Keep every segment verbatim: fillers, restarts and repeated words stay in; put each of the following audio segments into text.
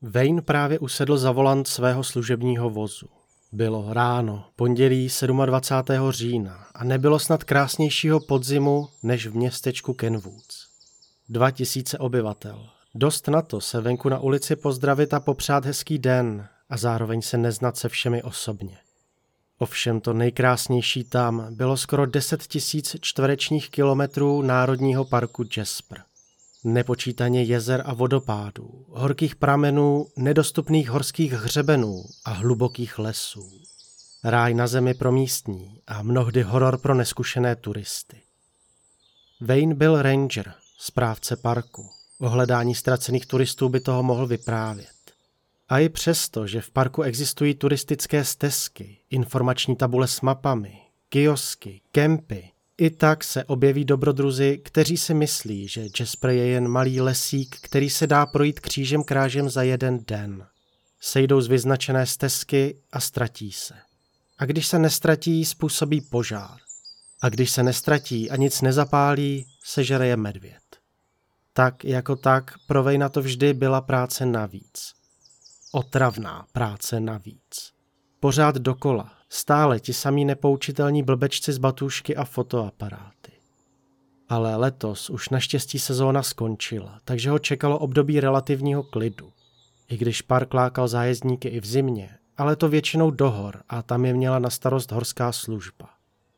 Wayne právě usedl za volant svého služebního vozu. Bylo ráno, pondělí dvacátého sedmého října a nebylo snad krásnějšího podzimu než v městečku Kenwoods. Dva tisíce obyvatel. Dost na to se venku na ulici pozdravit a popřát hezký den a zároveň se neznat se všemi osobně. Ovšem to nejkrásnější tam bylo skoro deset tisíc čtverečních kilometrů národního parku Jasper. Nepočítaně jezer a vodopádů, horkých pramenů, nedostupných horských hřebenů a hlubokých lesů. Ráj na zemi pro místní a mnohdy horor pro neskušené turisty. Wayne byl ranger, správce parku. O hledání ztracených turistů by toho mohl vyprávět. A i přesto, že v parku existují turistické stezky, informační tabule s mapami, kiosky, kempy, i tak se objeví dobrodruzi, kteří si myslí, že Jasper je jen malý lesík, který se dá projít křížem krážem za jeden den. Sejdou z vyznačené stezky a ztratí se. A když se nestratí, způsobí požár. A když se nestratí a nic nezapálí, sežere je medvěd. Tak jako tak pro Wayna to vždy byla práce navíc. Otravná práce navíc. Pořád dokola, stále ti samí nepoučitelní blbečci z batůžky a fotoaparáty. Ale letos už naštěstí sezóna skončila, takže ho čekalo období relativního klidu. I když park lákal zájezdníky i v zimě, ale to většinou do hor a tam je měla na starost horská služba.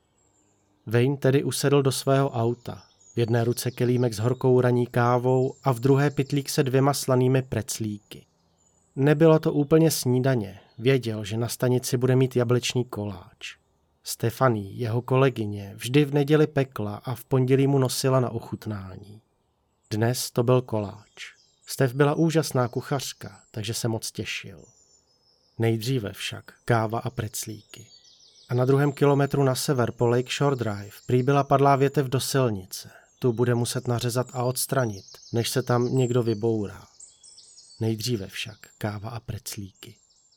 Wayne tedy usedl do svého auta. V jedné ruce kelímek s horkou ranní kávou a v druhé pytlík se dvěma slanými preclíky. Nebylo to úplně snídaně, věděl, že na stanici bude mít jablečný koláč. Stephanie, jeho kolegyně, vždy v neděli pekla a v pondělí mu nosila na ochutnání. Dnes to byl koláč. Steph byla úžasná kuchařka, takže se moc těšil. Nejdříve však káva a preclíky. A na druhém kilometru na sever po Lakeshore Drive prý byla padlá větev do silnice. Tu bude muset nařezat a odstranit, než se tam někdo vybourá. Nejdříve však káva a preclíky.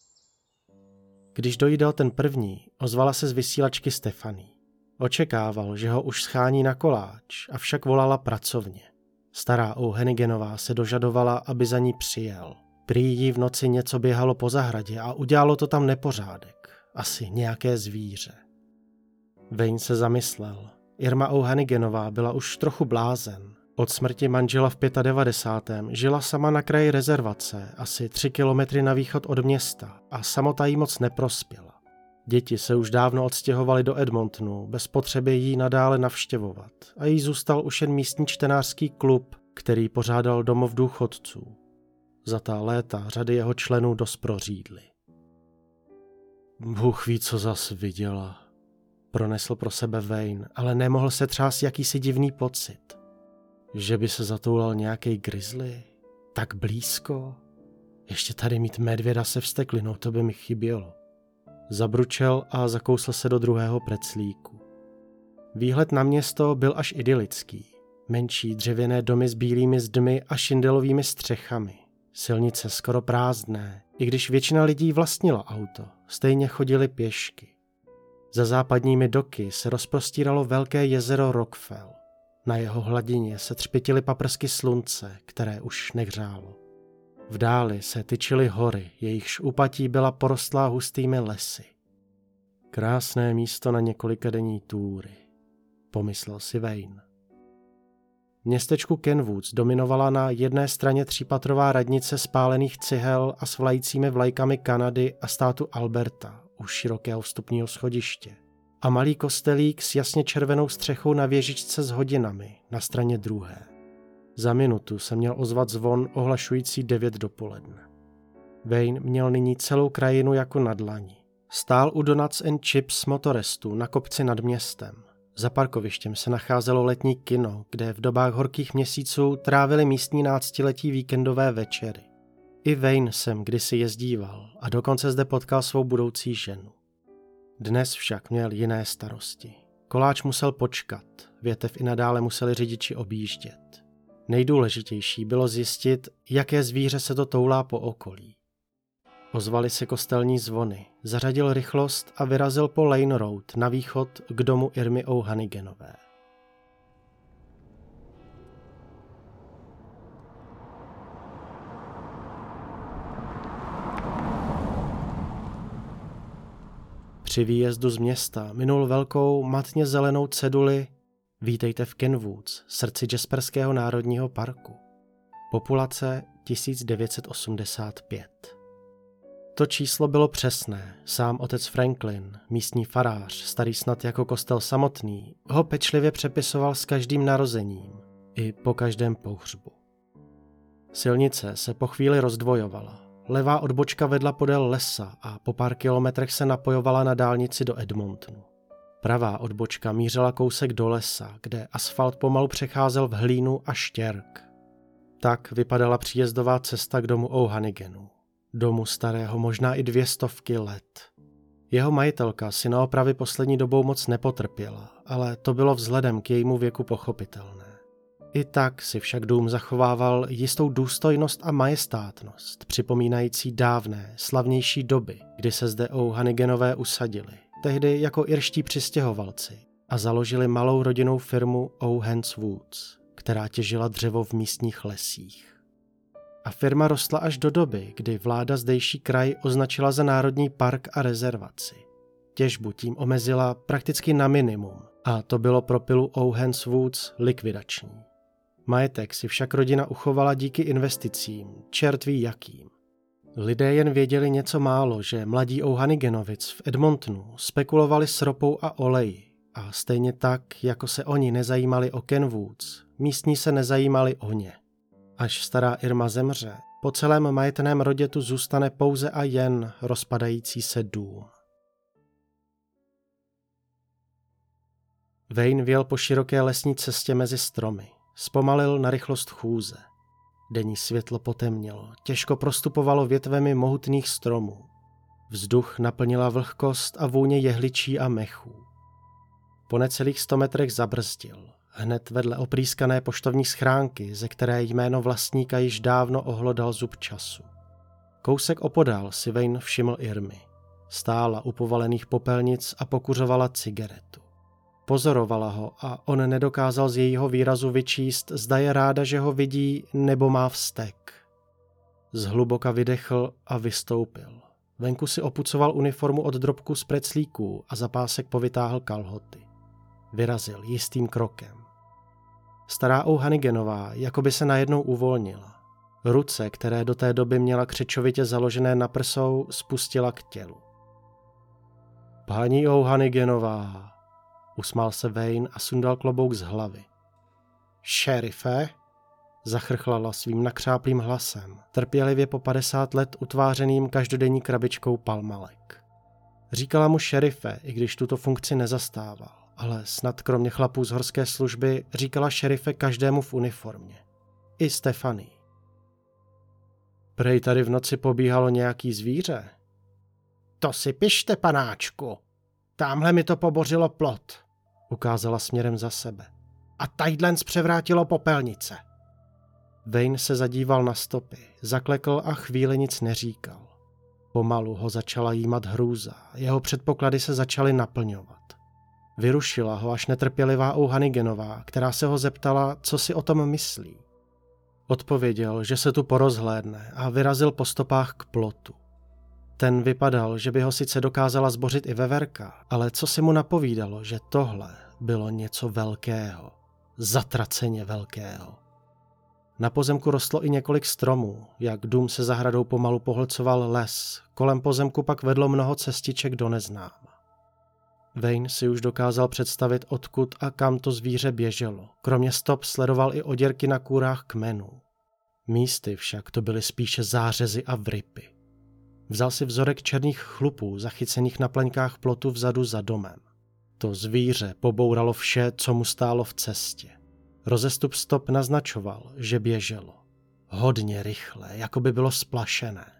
Když dojídal ten první, ozvala se z vysílačky Stephanie. Očekával, že ho už schání na koláč, avšak volala pracovně. Stará O'Hanniganová se dožadovala, aby za ní přijel. Prý jí v noci něco běhalo po zahradě a udělalo to tam nepořádek. Asi nějaké zvíře. Wayne se zamyslel. Irma O'Hanniganová byla už trochu blázen. Od smrti manžela v devadesátém pátém žila sama na kraji rezervace, asi tři kilometry na východ od města a samota jí moc neprospěla. Děti se už dávno odstěhovaly do Edmontonu, bez potřeby jí nadále navštěvovat a jí zůstal už jen místní čtenářský klub, který pořádal domov důchodců. Za ta léta řady jeho členů dost prořídly. Bůh ví, co zas viděla, pronesl pro sebe Wayne, ale nemohl se třást jakýsi divný pocit. Že by se zatoulal nějaký grizzly? Tak blízko? Ještě tady mít medvěda se vzteklinou, to by mi chybělo. Zabručel a zakousl se do druhého preclíku. Výhled na město byl až idylický. Menší dřevěné domy s bílými zdmi a šindelovými střechami. Silnice skoro prázdné, i když většina lidí vlastnila auto, stejně chodili pěšky. Za západními doky se rozprostíralo velké jezero Rockfell. Na jeho hladině se třpytily paprsky slunce, které už nehřálo. V dáli se tyčily hory, jejichž úpatí byla porostlá hustými lesy. Krásné místo na několikadenní túry, pomyslel si Wayne. V městečku Kenwoods dominovala na jedné straně třípatrová radnice z pálených cihel a s vlajícími vlajkami Kanady a státu Alberta u širokého vstupního schodiště a malý kostelík s jasně červenou střechou na věžičce s hodinami na straně druhé. Za minutu se měl ozvat zvon ohlašující devět dopoledne. Wayne měl nyní celou krajinu jako na dlani. Stál u Donuts and Chips motorestu na kopci nad městem. Za parkovištěm se nacházelo letní kino, kde v dobách horkých měsíců trávili místní náctiletí víkendové večery. I Wayne sem kdysi jezdíval a dokonce zde potkal svou budoucí ženu. Dnes však měl jiné starosti. Koláč musel počkat, větev i nadále museli řidiči objíždět. Nejdůležitější bylo zjistit, jaké zvíře se to toulá po okolí. Ozvaly se kostelní zvony, zařadil rychlost a vyrazil po Lane Road na východ k domu Irmy O'Hanniganové. Při výjezdu z města minul velkou matně zelenou ceduli Vítejte v Kenwoods, srdci Jasperského národního parku. Populace tisíc devět set osmdesát pět. To číslo bylo přesné, sám otec Franklin, místní farář, starý snad jako kostel samotný, ho pečlivě přepisoval s každým narozením i po každém pohřbu. Silnice se po chvíli rozdvojovala. Levá odbočka vedla podél lesa a po pár kilometrech se napojovala na dálnici do Edmontonu. Pravá odbočka mířila kousek do lesa, kde asfalt pomalu přecházel v hlínu a štěrk. Tak vypadala příjezdová cesta k domu O'Hanniganů. Domu starého možná i dvě stovky let. Jeho majitelka si na opravy poslední dobou moc nepotrpěla, ale to bylo vzhledem k jejímu věku pochopitelné. I tak si však dům zachovával jistou důstojnost a majestátnost, připomínající dávné, slavnější doby, kdy se zde O'Hanniganové usadili, tehdy jako irští přistěhovalci, a založili malou rodinnou firmu O'Hands Woods, která těžila dřevo v místních lesích. A firma rostla až do doby, kdy vláda zdejší kraj označila za národní park a rezervaci. Těžbu tím omezila prakticky na minimum a to bylo pro pilu O'Hands Woods likvidační. Majetek si však rodina uchovala díky investicím, čert ví jakým. Lidé jen věděli něco málo, že mladí O'Hanniganovic v Edmontonu spekulovali s ropou a oleji a stejně tak, jako se oni nezajímali o Kenwoods, místní se nezajímali o ně. Až stará Irma zemře, po celém majetném rodě tu zůstane pouze a jen rozpadající se dům. Wayne vjel po široké lesní cestě mezi stromy. Zpomalil na rychlost chůze. Denní světlo potemnělo, těžko prostupovalo větvemi mohutných stromů. Vzduch naplnila vlhkost a vůně jehličí a mechů. Po necelých sto metrech zabrzdil. Hned vedle oprýskané poštovní schránky, ze které jméno vlastníka již dávno ohlodal zub času. Kousek opodál si Wayne všiml Irmy. Stála u povalených popelnic a pokuřovala cigaretu. Pozorovala ho a on nedokázal z jejího výrazu vyčíst, zda je ráda, že ho vidí, nebo má vztek. Zhluboka vydechl a vystoupil. Venku si opucoval uniformu od drobku z preclíků a za pásek povytáhl kalhoty. Vyrazil jistým krokem. Stará O'Hanniganová jako by se najednou uvolnila. Ruce, které do té doby měla křečovitě založené na prsou, spustila k tělu. Paní O'Hanniganová, usmál se Wayne a sundal klobouk z hlavy. Šerife, zachrchlala svým nakřáplým hlasem, trpělivě po padesát let utvářeným každodenní krabičkou palmalek. Říkala mu šerife, i když tuto funkci nezastával, ale snad kromě chlapů z horské služby říkala šerife každému v uniformě. I Stefanii. Prej tady v noci pobíhalo nějaký zvíře. To si pište, panáčku. Támhle mi to pobořilo plot, ukázala směrem za sebe. A tajdlenc převrátilo popelnice. Wayne se zadíval na stopy, zaklekl a chvíli nic neříkal. Pomalu ho začala jímat hrůza, jeho předpoklady se začaly naplňovat. Vyrušila ho až netrpělivá O'Hanniganová, která se ho zeptala, co si o tom myslí. Odpověděl, že se tu porozhlédne a vyrazil po stopách k plotu. Ten vypadal, že by ho sice dokázala zbořit i veverka, ale co si mu napovídalo, že tohle bylo něco velkého, zatraceně velkého. Na pozemku rostlo i několik stromů, jak dům se zahradou pomalu pohlcoval les, kolem pozemku pak vedlo mnoho cestiček do neznáma. Wayne si už dokázal představit, odkud a kam to zvíře běželo, kromě stop sledoval i oděrky na kůrách kmenů. Místy však to byly spíše zářezy a vrypy. Vzal si vzorek černých chlupů zachycených na pleňkách plotu vzadu za domem. To zvíře pobouralo vše, co mu stálo v cestě. Rozestup stop naznačoval, že běželo. Hodně rychle, jako by bylo splašené.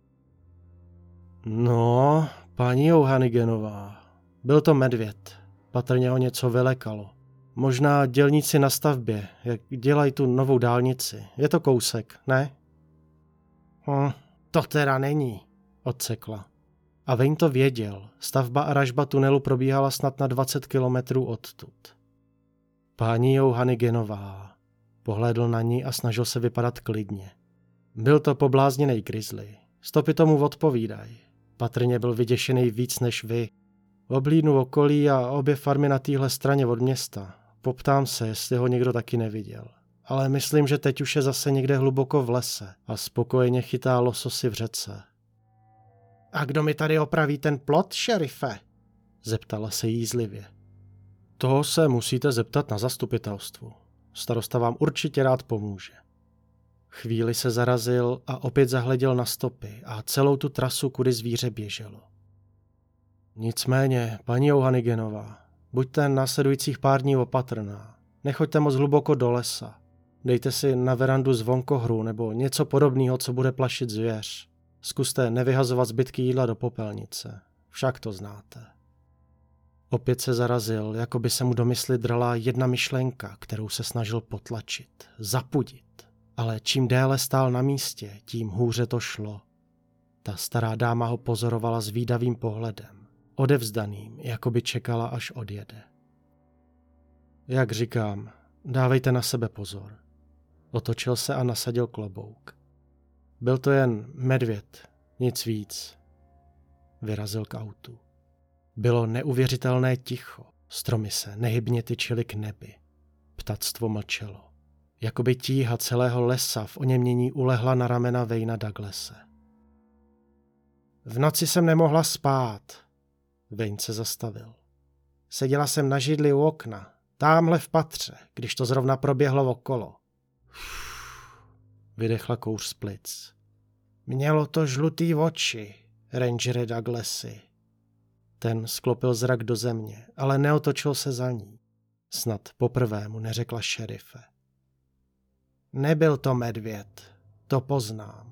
No, paní O'Hanniganová, byl to medvěd. Patrně ho něco vylekalo. Možná dělníci na stavbě, jak dělají tu novou dálnici. Je to kousek, ne? Hm, to teda není, odsekla. A Wayne to věděl. Stavba a ražba tunelu probíhala snad na dvacet kilometrů odtud. Paní O'Hanniganová, pohlédl na ní a snažil se vypadat klidně. Byl to poblázněnej grizzly. Stopy tomu odpovídají. Patrně byl vyděšený víc než vy. Oblídnu okolí a obě farmy na téhle straně od města. Poptám se, jestli ho někdo taky neviděl. Ale myslím, že teď už je zase někde hluboko v lese a spokojeně chytá lososy v řece. A kdo mi tady opraví ten plot, šerife? Zeptala se jízlivě. Toho se musíte zeptat na zastupitelstvu. Starosta vám určitě rád pomůže. Chvíli se zarazil a opět zahleděl na stopy a celou tu trasu, kudy zvíře běželo. Nicméně, paní O'Hanniganová, buďte následujících pár dní opatrná. Nechoďte moc hluboko do lesa. Dejte si na verandu zvonkohru nebo něco podobného, co bude plašit zvěř. Zkuste nevyhazovat zbytky jídla do popelnice. Však to znáte. Opět se zarazil, jako by se mu do mysli drala jedna myšlenka, kterou se snažil potlačit, zapudit. Ale čím déle stál na místě, tím hůře to šlo. Ta stará dáma ho pozorovala s výdavým pohledem, odevzdaným, jako by čekala, až odjede. Jak říkám, dávejte na sebe pozor. Otočil se a nasadil klobouk. Byl to jen medvěd, nic víc. Vyrazil k autu. Bylo neuvěřitelné ticho, stromy se nehybně tyčily k nebi. Ptactvo mlčelo. Jakoby tíha celého lesa v oněmění ulehla na ramena Wayna Douglase. V noci jsem nemohla spát. Wayne se zastavil. Seděla jsem na židli u okna, támhle v patře, když to zrovna proběhlo okolo. Vydechla kouř z plic. Mělo to žlutý oči, rangere Douglasy. Ten sklopil zrak do země, ale neotočil se za ní. Snad poprvé mu neřekla šerife. Nebyl to medvěd, to poznám.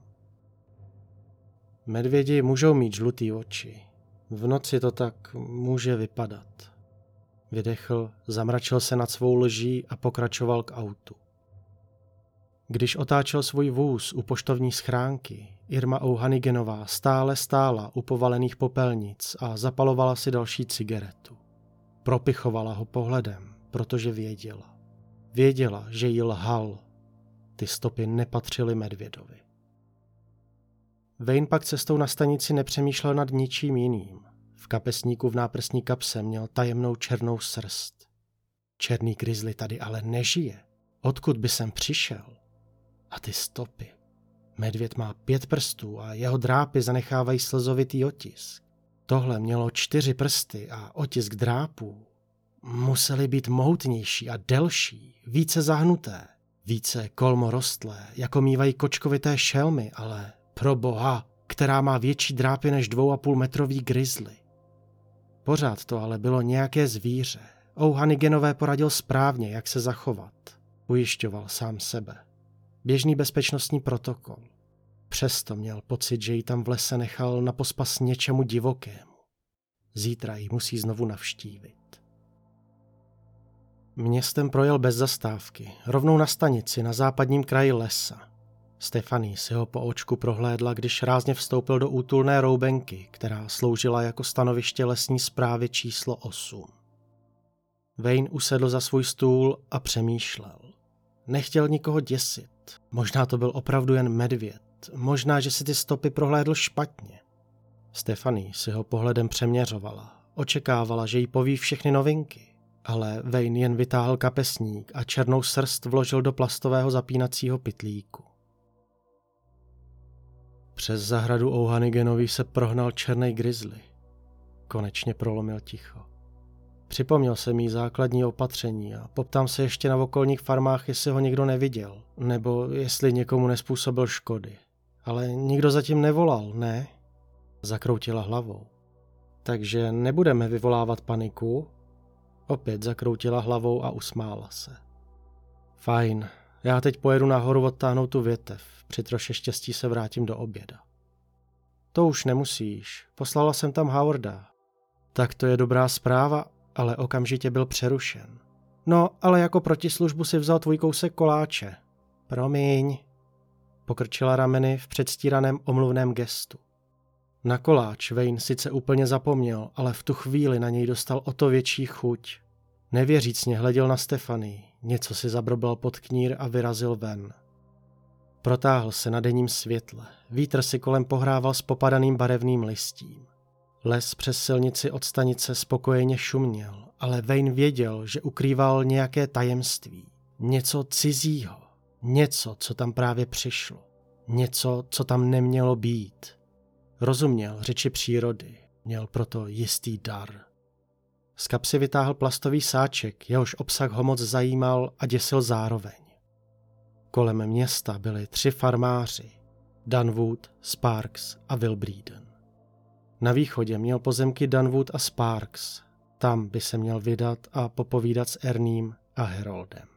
Medvědi můžou mít žlutý oči. V noci to tak může vypadat. Vydechl, zamračil se nad svou lží a pokračoval k autu. Když otáčel svůj vůz u poštovní schránky, Irma O'Hanniganová stále stála u povalených popelnic a zapalovala si další cigaretu. Propichovala ho pohledem, protože věděla. Věděla, že jí lhal. Ty stopy nepatřily medvědovi. Wayne pak cestou na stanici nepřemýšlel nad ničím jiným. V kapesníku v náprsní kapse měl tajemnou černou srst. Černý grizzly tady ale nežije. Odkud by sem přišel? A ty stopy. Medvěd má pět prstů a jeho drápy zanechávají slzovitý otisk. Tohle mělo čtyři prsty a otisk drápů. Musely být mohutnější a delší, více zahnuté, více kolmorostlé, jako mývají kočkovité šelmy, ale pro boha, která má větší drápy než dvou a půl metrový grizzly. Pořád to ale bylo nějaké zvíře. O'Hanniganové poradil správně, jak se zachovat. Ujišťoval sám sebe. Běžný bezpečnostní protokol. Přesto měl pocit, že ji tam v lese nechal na pospas něčemu divokému. Zítra ji musí znovu navštívit. Městem projel bez zastávky, rovnou na stanici na západním kraji lesa. Stephanie si ho po očku prohlédla, když rázně vstoupil do útulné roubenky, která sloužila jako stanoviště lesní správy číslo osm. Wayne usedl za svůj stůl a přemýšlel. Nechtěl nikoho děsit. Možná to byl opravdu jen medvěd. Možná, že si ty stopy prohlédl špatně. Stephanie si ho pohledem přeměřovala. Očekávala, že jí poví všechny novinky. Ale Wayne jen vytáhl kapesník a černou srst vložil do plastového zapínacího pytlíku. Přes zahradu O'Hanniganovi se prohnal černý grizzly. Konečně prolomil ticho. Připomněl se mi základní opatření a poptám se ještě na okolních farmách, jestli ho někdo neviděl, nebo jestli někomu nespůsobil škody. Ale nikdo zatím nevolal, ne? Zakroutila hlavou. Takže nebudeme vyvolávat paniku? Opět zakroutila hlavou a usmála se. Fajn, já teď pojedu nahoru odtáhnout tu větev, při troše štěstí se vrátím do oběda. To už nemusíš, poslala jsem tam Howarda. Tak to je dobrá zpráva, ale okamžitě byl přerušen. No, ale jako protislužbu si vzal tvůj kousek koláče. Promiň, pokrčila rameny v předstíraném omluvném gestu. Na koláč Wayne sice úplně zapomněl, ale v tu chvíli na něj dostal o to větší chuť. Nevěřícně hleděl na Stephanie, něco si zabrbal pod knír a vyrazil ven. Protáhl se na denním světle, vítr si kolem pohrával s popadaným barevným listím. Les přes silnici od stanice spokojeně šuměl, ale Wayne věděl, že ukrýval nějaké tajemství. Něco cizího. Něco, co tam právě přišlo. Něco, co tam nemělo být. Rozuměl řeči přírody. Měl proto jistý dar. Z kapsy vytáhl plastový sáček, jehož obsah ho moc zajímal a děsil zároveň. Kolem města byli tři farmáři. Dunwood, Sparks a Will Breeden. Na východě měl pozemky Dunwood a Sparks. Tam by se měl vydat a popovídat s Erním a Haroldem.